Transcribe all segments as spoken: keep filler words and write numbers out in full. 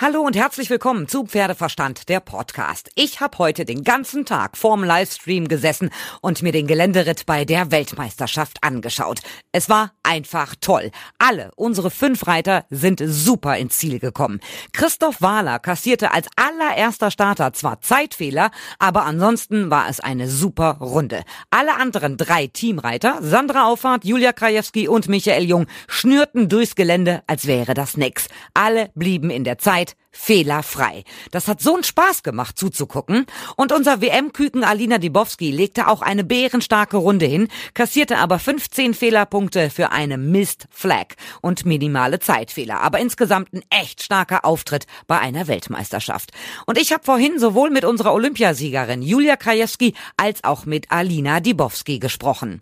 Hallo und herzlich willkommen zu Pferdeverstand, der Podcast. Ich habe heute den ganzen Tag vorm Livestream gesessen und mir den Geländeritt bei der Weltmeisterschaft angeschaut. Es war einfach toll. Alle unsere fünf Reiter sind super ins Ziel gekommen. Christoph Wahler kassierte als allererster Starter zwar Zeitfehler, aber ansonsten war es eine super Runde. Alle anderen drei Teamreiter, Sandra Auffahrt, Julia Krajewski und Michael Jung, schnürten durchs Gelände, als wäre das nix. Alle blieben in der Zeit fehlerfrei. Das hat so einen Spaß gemacht zuzugucken. Und unser W M-Küken Alina Dibowski legte auch eine bärenstarke Runde hin, kassierte aber fünfzehn Fehlerpunkte für eine Missed Flag und minimale Zeitfehler. Aber insgesamt ein echt starker Auftritt bei einer Weltmeisterschaft. Und ich habe vorhin sowohl mit unserer Olympiasiegerin Julia Krajewski als auch mit Alina Dibowski gesprochen.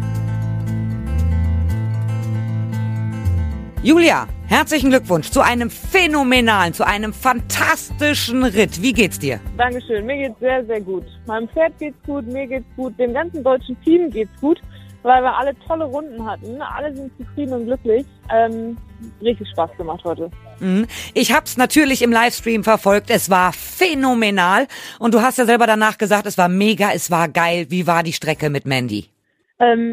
Julia, herzlichen Glückwunsch zu einem phänomenalen, zu einem fantastischen Ritt. Wie geht's dir? Dankeschön, mir geht's sehr, sehr gut. Meinem Pferd geht's gut, mir geht's gut, dem ganzen deutschen Team geht's gut, weil wir alle tolle Runden hatten. Alle sind zufrieden und glücklich. Ähm, richtig Spaß gemacht heute. Ich hab's natürlich im Livestream verfolgt. Es war phänomenal. Und du hast ja selber danach gesagt, es war mega, es war geil. Wie war die Strecke mit Mandy? Ähm,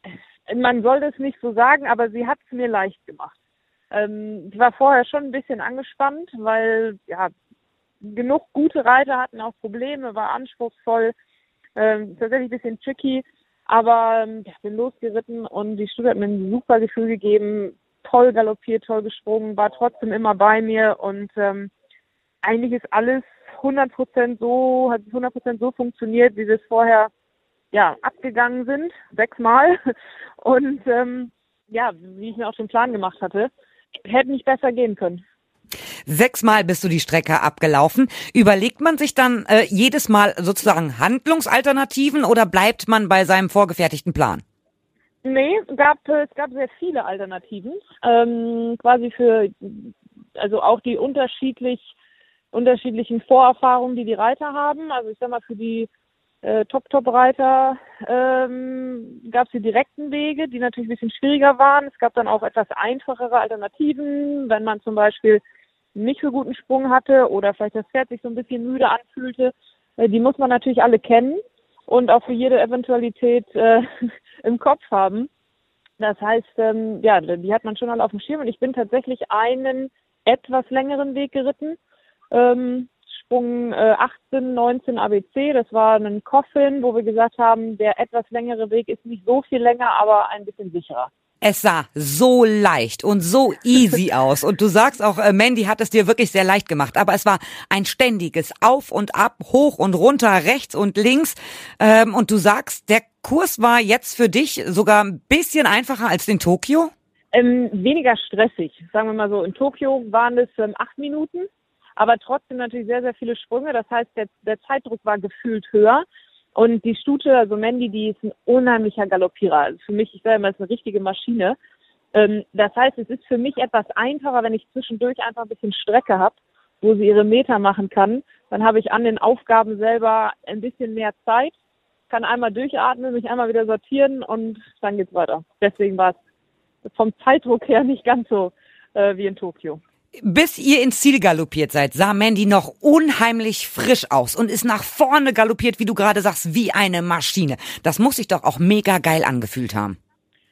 man sollte es nicht so sagen, aber sie hat es mir leicht gemacht. Ähm, ich war vorher schon ein bisschen angespannt, weil ja genug gute Reiter hatten auch Probleme, war anspruchsvoll, ähm, tatsächlich ein bisschen tricky, aber ähm, ich bin losgeritten und die Stute hat mir ein super Gefühl gegeben, toll galoppiert, toll gesprungen, war trotzdem immer bei mir und ähm, eigentlich ist alles hundert Prozent so, hat hundert Prozent so funktioniert, wie wir es vorher ja, abgegangen sind, sechsmal. Und ähm, ja, wie ich mir auch den Plan gemacht hatte, hätte nicht besser gehen können. Sechsmal bist du die Strecke abgelaufen. Überlegt man sich dann äh, jedes Mal sozusagen Handlungsalternativen oder bleibt man bei seinem vorgefertigten Plan? Nee, gab, es gab sehr viele Alternativen. Ähm, quasi für, also auch die unterschiedlich, unterschiedlichen Vorerfahrungen, die die Reiter haben. Also ich sag mal, für die Äh, Top-Top-Reiter ähm, gab es die direkten Wege, die natürlich ein bisschen schwieriger waren. Es gab dann auch etwas einfachere Alternativen, wenn man zum Beispiel nicht so guten Sprung hatte oder vielleicht das Pferd sich so ein bisschen müde anfühlte. Äh, die muss man natürlich alle kennen und auch für jede Eventualität äh, im Kopf haben. Das heißt, ähm, ja, die hat man schon alle auf dem Schirm und ich bin tatsächlich einen etwas längeren Weg geritten. Ähm, Sprung äh, achtzehn, neunzehn A B C, das war ein Coffin, wo wir gesagt haben, der etwas längere Weg ist nicht so viel länger, aber ein bisschen sicherer. Es sah so leicht und so easy aus. Und du sagst auch, äh, Mandy hat es dir wirklich sehr leicht gemacht. Aber es war ein ständiges Auf und Ab, hoch und runter, rechts und links. Ähm, und du sagst, der Kurs war jetzt für dich sogar ein bisschen einfacher als in Tokio? Ähm, weniger stressig, sagen wir mal so. In Tokio waren es ähm, acht Minuten. Aber trotzdem natürlich sehr, sehr viele Sprünge. Das heißt, der, der Zeitdruck war gefühlt höher. Und die Stute, also Mandy, die ist ein unheimlicher Galoppierer. Also für mich, ich sage immer, ist eine richtige Maschine. Ähm, das heißt, es ist für mich etwas einfacher, wenn ich zwischendurch einfach ein bisschen Strecke habe, wo sie ihre Meter machen kann. Dann habe ich an den Aufgaben selber ein bisschen mehr Zeit, kann einmal durchatmen, mich einmal wieder sortieren und dann geht's weiter. Deswegen war es vom Zeitdruck her nicht ganz so äh, wie in Tokio. Bis ihr ins Ziel galoppiert seid, sah Mandy noch unheimlich frisch aus und ist nach vorne galoppiert, wie du gerade sagst, wie eine Maschine. Das muss sich doch auch mega geil angefühlt haben.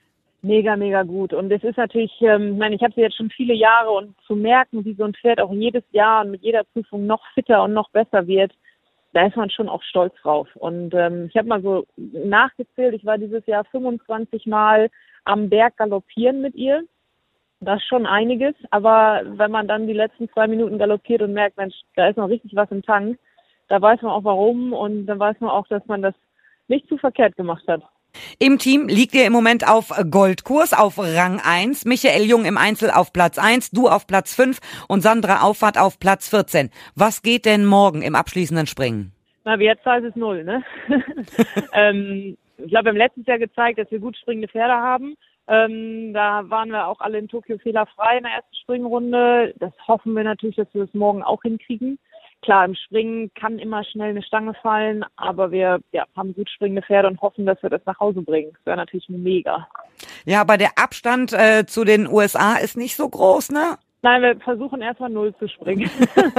Mega, mega gut. Und es ist natürlich, ähm, ich meine, ich habe sie jetzt schon viele Jahre und zu merken, wie so ein Pferd auch jedes Jahr und mit jeder Prüfung noch fitter und noch besser wird, da ist man schon auch stolz drauf. Und ähm, ich habe mal so nachgezählt, ich war dieses Jahr fünfundzwanzig Mal am Berg galoppieren mit ihr. Das ist schon einiges, aber wenn man dann die letzten zwei Minuten galoppiert und merkt, Mensch, da ist noch richtig was im Tank, da weiß man auch warum und dann weiß man auch, dass man das nicht zu verkehrt gemacht hat. Im Team liegt ihr im Moment auf Goldkurs, auf Rang eins. Michael Jung im Einzel auf Platz eins, du auf Platz fünf und Sandra Auffahrt auf Platz vierzehn. Was geht denn morgen im abschließenden Springen? Na, wie jetzt heißt es null, ne? ähm, ich glaube, wir haben letztes Jahr gezeigt, dass wir gut springende Pferde haben. Ähm, da waren wir auch alle in Tokio fehlerfrei in der ersten Springrunde. Das hoffen wir natürlich, dass wir das morgen auch hinkriegen. Klar, im Springen kann immer schnell eine Stange fallen, aber wir ja, haben gut springende Pferde und hoffen, dass wir das nach Hause bringen. Das wäre natürlich mega. Ja, aber der Abstand äh, zu den U S A ist nicht so groß, ne? Nein, wir versuchen erstmal null zu springen.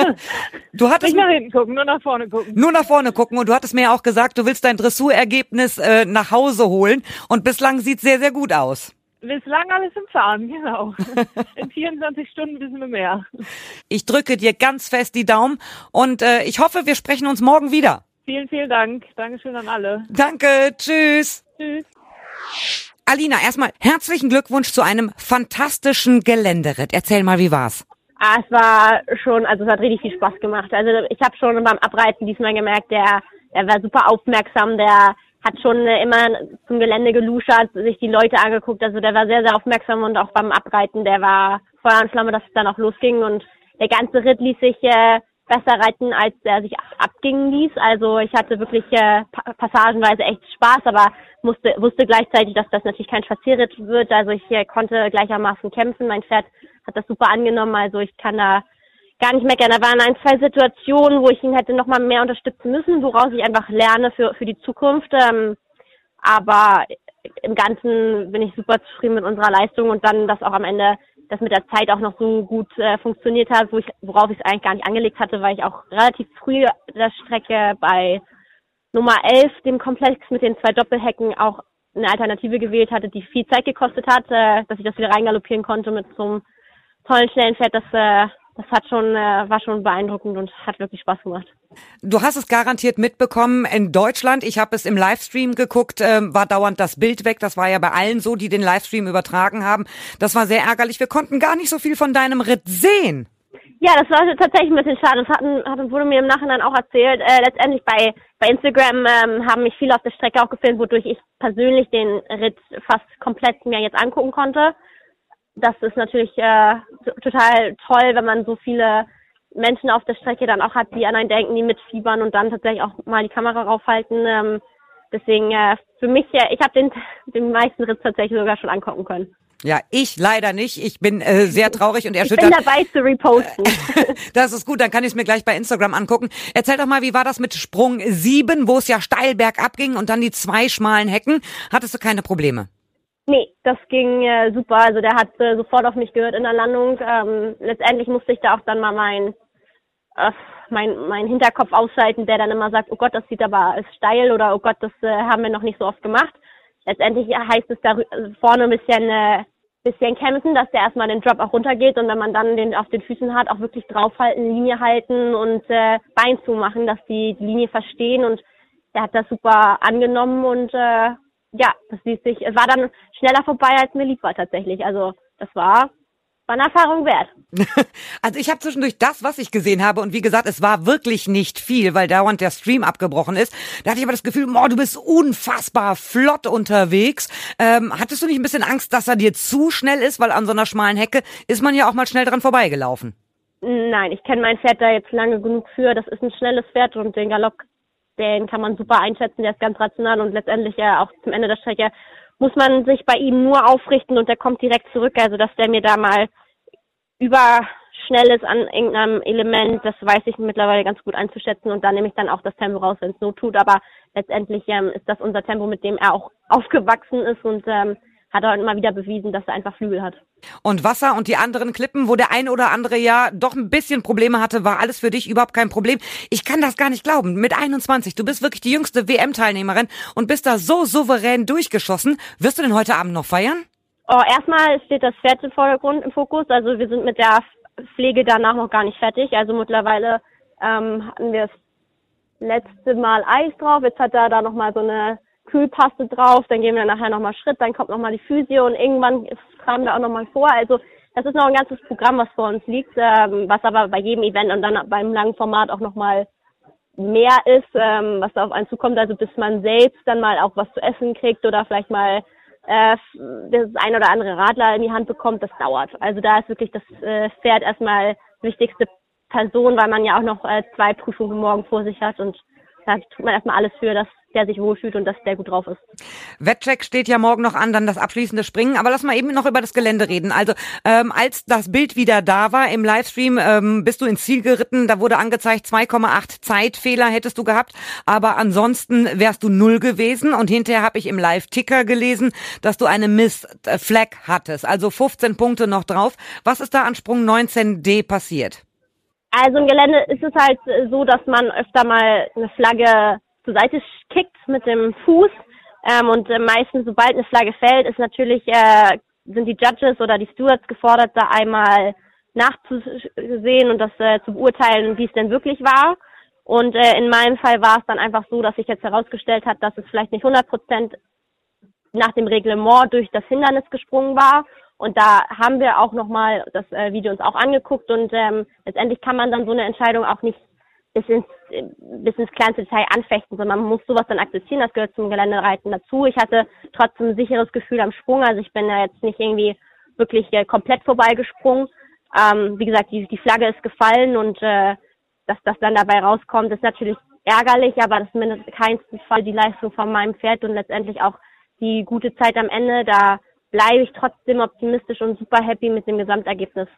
Du hattest nicht nach hinten gucken, nur nach vorne gucken. Nur nach vorne gucken. Und du hattest mir ja auch gesagt, du willst dein Dressurergebnis äh, nach Hause holen. Und bislang sieht's sehr, sehr gut aus. Bislang alles im Plan, genau. In vierundzwanzig Stunden wissen wir mehr. Ich drücke dir ganz fest die Daumen und äh, ich hoffe, wir sprechen uns morgen wieder. Vielen, vielen Dank. Dankeschön an alle. Danke, tschüss. Tschüss. Alina, erstmal herzlichen Glückwunsch zu einem fantastischen Geländeritt. Erzähl mal, wie war's? Ah, es war schon, also es hat richtig viel Spaß gemacht. Also ich habe schon beim Abreiten diesmal gemerkt, der, der war super aufmerksam, der hat schon immer zum Gelände geluschert, sich die Leute angeguckt. Also der war sehr, sehr aufmerksam und auch beim Abreiten, der war Feuer und Flamme, dass es dann auch losging. Und der ganze Ritt ließ sich äh, besser reiten, als er sich abgingen ließ. Also ich hatte wirklich äh, passagenweise echt Spaß, aber musste wusste gleichzeitig, dass das natürlich kein Spazierritt wird. Also ich äh, konnte gleichermaßen kämpfen. Mein Pferd hat das super angenommen. Also ich kann da gar nicht meckern. Da waren ein, zwei Situationen, wo ich ihn hätte noch mal mehr unterstützen müssen, woraus ich einfach lerne für für die Zukunft. Ähm, aber im Ganzen bin ich super zufrieden mit unserer Leistung und dann, dass auch am Ende das mit der Zeit auch noch so gut äh, funktioniert hat, wo ich, worauf ich es eigentlich gar nicht angelegt hatte, weil ich auch relativ früh der Strecke bei Nummer elf, dem Komplex mit den zwei Doppelhecken, auch eine Alternative gewählt hatte, die viel Zeit gekostet hat, äh, dass ich das wieder reingaloppieren konnte mit so einem tollen, schnellen Pferd. Das, äh, das hat schon, äh, war schon beeindruckend und hat wirklich Spaß gemacht. Du hast es garantiert mitbekommen in Deutschland. Ich habe es im Livestream geguckt, äh, war dauernd das Bild weg. Das war ja bei allen so, die den Livestream übertragen haben. Das war sehr ärgerlich. Wir konnten gar nicht so viel von deinem Ritt sehen. Ja, das war tatsächlich ein bisschen schade. Das hatten, hat, wurde mir im Nachhinein auch erzählt. Äh, letztendlich bei bei Instagram ähm, haben mich viele auf der Strecke auch gefilmt, wodurch ich persönlich den Ritt fast komplett mir jetzt angucken konnte. Das ist natürlich äh, t- total toll, wenn man so viele Menschen auf der Strecke dann auch hat, die an einen denken, die mitfiebern und dann tatsächlich auch mal die Kamera raufhalten. Ähm, deswegen äh, für mich, äh, ich habe den den meisten Ritt tatsächlich sogar schon angucken können. Ja, ich leider nicht. Ich bin äh, sehr traurig und erschüttert. Ich bin dabei zu reposten. Das ist gut, dann kann ich es mir gleich bei Instagram angucken. Erzähl doch mal, wie war das mit Sprung sieben, wo es ja steil bergab ging und dann die zwei schmalen Hecken? Hattest du keine Probleme? Nee, das ging äh, super. Also der hat äh, sofort auf mich gehört in der Landung. Ähm, letztendlich musste ich da auch dann mal mein, äh, mein mein Hinterkopf ausschalten, der dann immer sagt, oh Gott, das sieht aber ist steil oder oh Gott, das äh, haben wir noch nicht so oft gemacht. Letztendlich heißt es da also vorne ein bisschen äh, bisschen kämpfen, dass der erstmal den Drop auch runtergeht und wenn man dann den auf den Füßen hat, auch wirklich draufhalten, Linie halten und äh, Bein zumachen, dass die die Linie verstehen und der hat das super angenommen und äh, ja, das ließ sich, es war dann schneller vorbei, als mir lieb war tatsächlich. Also das war, war eine Erfahrung wert. Also ich habe zwischendurch das, was ich gesehen habe und wie gesagt, es war wirklich nicht viel, weil dauernd der Stream abgebrochen ist. Da hatte ich aber das Gefühl, boah, du bist unfassbar flott unterwegs. Ähm, hattest du nicht ein bisschen Angst, dass er dir zu schnell ist? Weil an so einer schmalen Hecke ist man ja auch mal schnell dran vorbeigelaufen. Nein, ich kenne mein Pferd da jetzt lange genug für. Das ist ein schnelles Pferd und den Galopp, den kann man super einschätzen, der ist ganz rational und letztendlich ja auch zum Ende der Strecke muss man sich bei ihm nur aufrichten und der kommt direkt zurück. Also dass der mir da mal überschnell ist an irgendeinem Element, das weiß ich mittlerweile ganz gut einzuschätzen und dann nehme ich dann auch das Tempo raus, wenn es so tut. Aber letztendlich ähm, ist das unser Tempo, mit dem er auch aufgewachsen ist und ähm, hat er immer wieder bewiesen, dass er einfach Flügel hat. Und Wasser und die anderen Klippen, wo der ein oder andere ja doch ein bisschen Probleme hatte, war alles für dich überhaupt kein Problem. Ich kann das gar nicht glauben. Mit einundzwanzig, du bist wirklich die jüngste W M-Teilnehmerin und bist da so souverän durchgeschossen. Wirst du denn heute Abend noch feiern? Oh, erstmal steht das Pferd im Vordergrund, im Fokus. Also wir sind mit der Pflege danach noch gar nicht fertig. Also mittlerweile ähm, hatten wir das letzte Mal Eis drauf. Jetzt hat er da nochmal so eine Kühlpaste drauf, dann gehen wir nachher nochmal Schritt, dann kommt nochmal die Physio und irgendwann tragen wir auch nochmal vor. Also das ist noch ein ganzes Programm, was vor uns liegt, ähm, was aber bei jedem Event und dann beim langen Format auch nochmal mehr ist, ähm, was da auf einen zukommt. Also bis man selbst dann mal auch was zu essen kriegt oder vielleicht mal äh, das ein oder andere Radler in die Hand bekommt, das dauert. Also da ist wirklich das äh, Pferd erstmal die wichtigste Person, weil man ja auch noch äh, zwei Prüfungen morgen vor sich hat und da tut man erstmal alles für, dass der sich wohlfühlt und dass der gut drauf ist. Wettcheck steht ja morgen noch an, dann das abschließende Springen. Aber lass mal eben noch über das Gelände reden. Also ähm, als das Bild wieder da war im Livestream, ähm, bist du ins Ziel geritten. Da wurde angezeigt, zwei Komma acht Zeitfehler hättest du gehabt. Aber ansonsten wärst du null gewesen. Und hinterher habe ich im Live-Ticker gelesen, dass du eine Missed Flag hattest. Also fünfzehn Punkte noch drauf. Was ist da an Sprung neunzehn D passiert? Also im Gelände ist es halt so, dass man öfter mal eine Flagge zur Seite kickt mit dem Fuß. Ähm, und äh, meistens, sobald eine Flagge fällt, ist natürlich, äh, sind die Judges oder die Stewards gefordert, da einmal nachzusehen und das äh, zu beurteilen, wie es denn wirklich war. Und äh, in meinem Fall war es dann einfach so, dass sich jetzt herausgestellt hat, dass es vielleicht nicht hundert Prozent nach dem Reglement durch das Hindernis gesprungen war. Und da haben wir auch nochmal das äh, Video uns auch angeguckt und ähm, letztendlich kann man dann so eine Entscheidung auch nicht bis ins, bis ins kleinste Detail anfechten, sondern man muss sowas dann akzeptieren, das gehört zum Geländereiten dazu. Ich hatte trotzdem ein sicheres Gefühl am Sprung, also ich bin da jetzt nicht irgendwie wirklich äh, komplett vorbeigesprungen. Ähm, wie gesagt, die, die Flagge ist gefallen und äh, dass das dann dabei rauskommt, ist natürlich ärgerlich, aber das ist mindestens keinsten Fall die Leistung von meinem Pferd und letztendlich auch die gute Zeit am Ende, da bleibe ich trotzdem optimistisch und super happy mit dem Gesamtergebnis.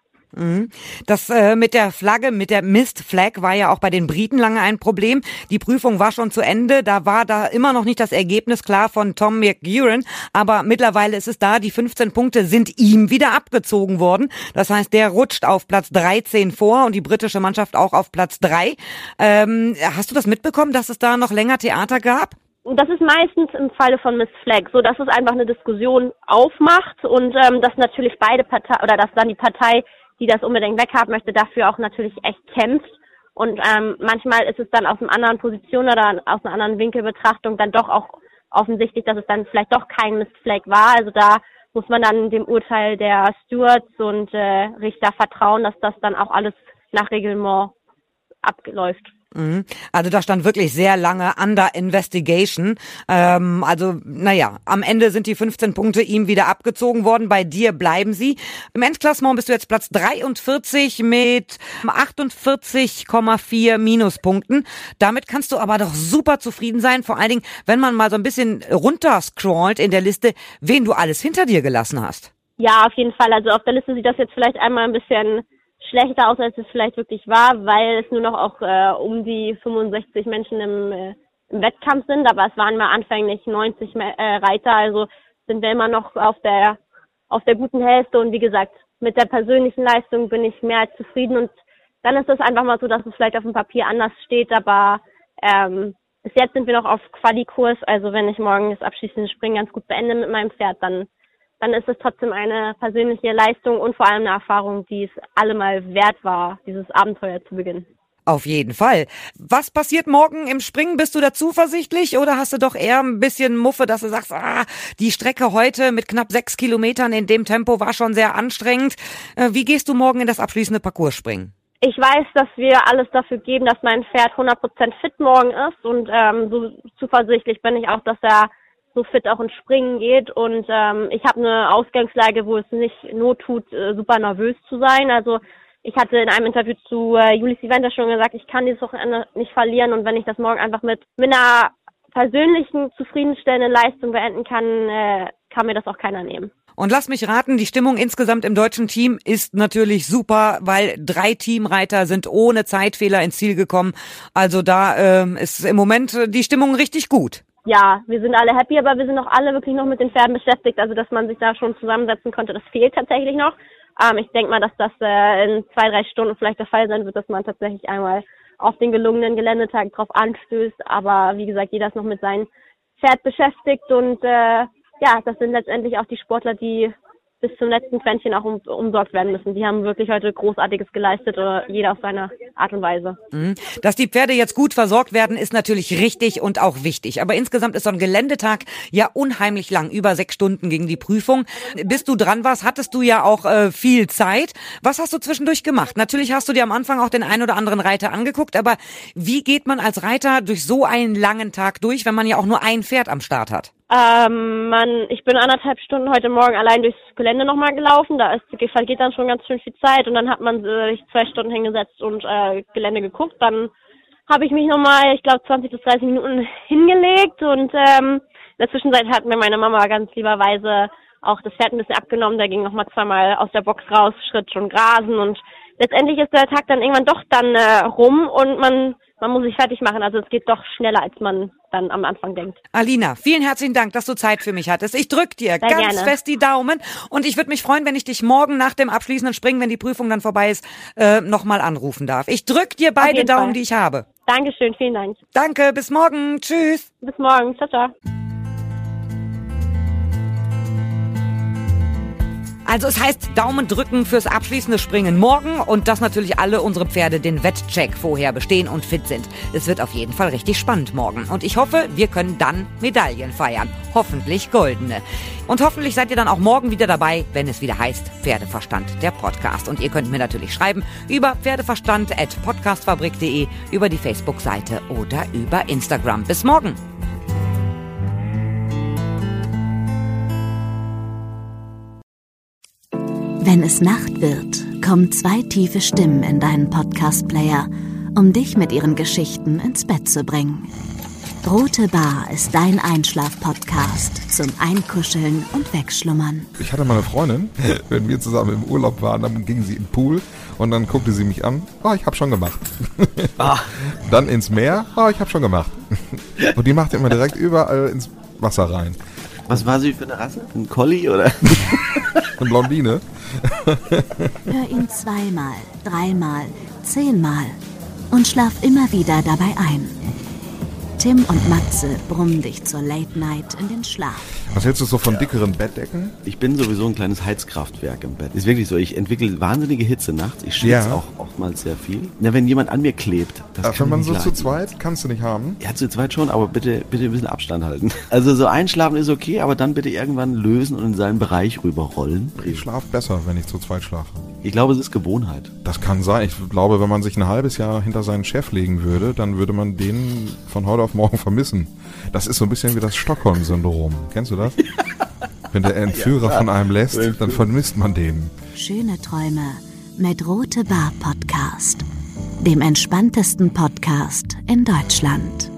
Das äh, mit der Flagge, mit der Missed Flag war ja auch bei den Briten lange ein Problem. Die Prüfung war schon zu Ende, da war da immer noch nicht das Ergebnis klar von Tom McGuiran, aber mittlerweile ist es da, die fünfzehn Punkte sind ihm wieder abgezogen worden. Das heißt, der rutscht auf Platz dreizehn vor und die britische Mannschaft auch auf Platz drei. Ähm, hast du das mitbekommen, dass es da noch länger Theater gab? Das ist meistens im Falle von Miss Flag so, dass es einfach eine Diskussion aufmacht und ähm, dass natürlich beide Partei oder dass dann die Partei, die das unbedingt weghaben möchte, dafür auch natürlich echt kämpft. Und ähm, manchmal ist es dann aus einer anderen Position oder aus einer anderen Winkelbetrachtung dann doch auch offensichtlich, dass es dann vielleicht doch kein Miss Flag war. Also da muss man dann dem Urteil der Stewards und äh, Richter vertrauen, dass das dann auch alles nach Reglement abläuft. Also da stand wirklich sehr lange under investigation. Ähm, also naja, am Ende sind die fünfzehn Punkte ihm wieder abgezogen worden. Bei dir bleiben sie. Im Endklassement bist du jetzt Platz dreiundvierzig mit achtundvierzig Komma vier Minuspunkten. Damit kannst du aber doch super zufrieden sein. Vor allen Dingen, wenn man mal so ein bisschen runterscrollt in der Liste, wen du alles hinter dir gelassen hast. Ja, auf jeden Fall. Also auf der Liste sieht das jetzt vielleicht einmal ein bisschen schlechter aus, als es vielleicht wirklich war, weil es nur noch auch äh, um die fünfundsechzig Menschen im, äh, im Wettkampf sind, aber es waren mal anfänglich neunzig äh, Reiter, also sind wir immer noch auf der auf der guten Hälfte und wie gesagt, mit der persönlichen Leistung bin ich mehr als zufrieden und dann ist es einfach mal so, dass es vielleicht auf dem Papier anders steht, aber ähm, bis jetzt sind wir noch auf Quali-Kurs, also wenn ich morgen das abschließende Springen ganz gut beende mit meinem Pferd, dann dann ist es trotzdem eine persönliche Leistung und vor allem eine Erfahrung, die es allemal wert war, dieses Abenteuer zu beginnen. Auf jeden Fall. Was passiert morgen im Springen? Bist du da zuversichtlich oder hast du doch eher ein bisschen Muffe, dass du sagst, ah, die Strecke heute mit knapp sechs Kilometern in dem Tempo war schon sehr anstrengend. Wie gehst du morgen in das abschließende Parcours springen? Ich weiß, dass wir alles dafür geben, dass mein Pferd hundert Prozent fit morgen ist und ähm, so zuversichtlich bin ich auch, dass er so fit auch ins Springen geht und ähm, ich habe eine Ausgangslage, wo es nicht not tut, äh, super nervös zu sein. Also ich hatte in einem Interview zu äh, Julie Siventa schon gesagt, ich kann dieses Wochenende nicht verlieren und wenn ich das morgen einfach mit, mit einer persönlichen, zufriedenstellenden Leistung beenden kann, äh, kann mir das auch keiner nehmen. Und lass mich raten, die Stimmung insgesamt im deutschen Team ist natürlich super, weil drei Teamreiter sind ohne Zeitfehler ins Ziel gekommen. Also da ähm, ist im Moment die Stimmung richtig gut. Ja, wir sind alle happy, aber wir sind auch alle wirklich noch mit den Pferden beschäftigt. Also, dass man sich da schon zusammensetzen konnte, das fehlt tatsächlich noch. Ähm, ich denke mal, dass das äh, in zwei, drei Stunden vielleicht der Fall sein wird, dass man tatsächlich einmal auf den gelungenen Geländetag drauf anstößt. Aber wie gesagt, jeder ist noch mit seinem Pferd beschäftigt und äh, ja, das sind letztendlich auch die Sportler, die bis zum letzten Quäntchen auch um, umsorgt werden müssen. Die haben wirklich heute Großartiges geleistet, oder jeder auf seine Art und Weise. Dass die Pferde jetzt gut versorgt werden, ist natürlich richtig und auch wichtig. Aber insgesamt ist so ein Geländetag ja unheimlich lang, über sechs Stunden gegen die Prüfung. Bis du dran warst, hattest du ja auch äh, viel Zeit. Was hast du zwischendurch gemacht? Natürlich hast du dir am Anfang auch den ein oder anderen Reiter angeguckt, aber wie geht man als Reiter durch so einen langen Tag durch, wenn man ja auch nur ein Pferd am Start hat? Ähm, man, ich bin anderthalb Stunden heute Morgen allein durchs Gelände nochmal gelaufen. Da ist, vergeht dann schon ganz schön viel Zeit und dann hat man sich zwei Stunden hingesetzt und äh, Gelände geguckt. Dann habe ich mich nochmal, ich glaube, zwanzig bis dreißig Minuten hingelegt und ähm, in der Zwischenzeit hat mir meine Mama ganz lieberweise auch das Pferd ein bisschen abgenommen. Da ging nochmal zweimal aus der Box raus, Schritt schon grasen und letztendlich ist der Tag dann irgendwann doch dann äh, rum und man man muss sich fertig machen. Also es geht doch schneller, als man dann am Anfang denkt. Alina, vielen herzlichen Dank, dass du Zeit für mich hattest. Ich drück dir Sehr ganz gerne. fest die Daumen und ich würde mich freuen, wenn ich dich morgen nach dem abschließenden Springen, wenn die Prüfung dann vorbei ist, äh, nochmal anrufen darf. Ich drück dir beide Daumen, Fall. die ich habe. Dankeschön, vielen Dank. Danke, bis morgen. Tschüss. Bis morgen. Ciao, ciao. Also es heißt Daumen drücken fürs abschließende Springen morgen und dass natürlich alle unsere Pferde den Wettcheck vorher bestehen und fit sind. Es wird auf jeden Fall richtig spannend morgen und ich hoffe, wir können dann Medaillen feiern. Hoffentlich goldene. Und hoffentlich seid ihr dann auch morgen wieder dabei, wenn es wieder heißt Pferdeverstand, der Podcast. Und ihr könnt mir natürlich schreiben über pferdeverstand at podcastfabrik punkt de, über die Facebook-Seite oder über Instagram. Bis morgen. Wenn es Nacht wird, kommen zwei tiefe Stimmen in deinen Podcast-Player, um dich mit ihren Geschichten ins Bett zu bringen. Rote Bar ist dein Einschlaf-Podcast zum Einkuscheln und Wegschlummern. Ich hatte mal eine Freundin, wenn wir zusammen im Urlaub waren, dann ging sie im Pool und dann guckte sie mich an. Oh, ich hab schon gemacht. Ah. Dann ins Meer. Oh, ich hab schon gemacht. Und die machte immer direkt überall ins Wasser rein. Was war sie für eine Rasse? Ein Collie oder? Eine Blondine. Hör ihn zweimal, dreimal, zehnmal und schlaf immer wieder dabei ein. Tim und Matze brummen dich zur Late Night in den Schlaf. Was hältst du so von dickeren Bettdecken? Ich bin sowieso ein kleines Heizkraftwerk im Bett. Ist wirklich so, ich entwickle wahnsinnige Hitze nachts. Ich schwitze ja. auch oftmals sehr viel. Na, wenn jemand an mir klebt, das Ach, kann wenn man nicht so leiden. Zu zweit, kannst du nicht haben? Ja, zu zweit schon, aber bitte, bitte ein bisschen Abstand halten. Also so einschlafen ist okay, aber dann bitte irgendwann lösen und in seinen Bereich rüberrollen. Ich schlafe besser, wenn ich zu zweit schlafe. Ich glaube, es ist Gewohnheit. Das kann sein. Ich glaube, wenn man sich ein halbes Jahr hinter seinen Chef legen würde, dann würde man den von heute auf morgen vermissen. Das ist so ein bisschen wie das Stockholm-Syndrom. Kennst du das? Wenn der Entführer ja, von einem lässt, dann vermisst man den. Schöne Träume mit Rote Bar Podcast, dem entspanntesten Podcast in Deutschland.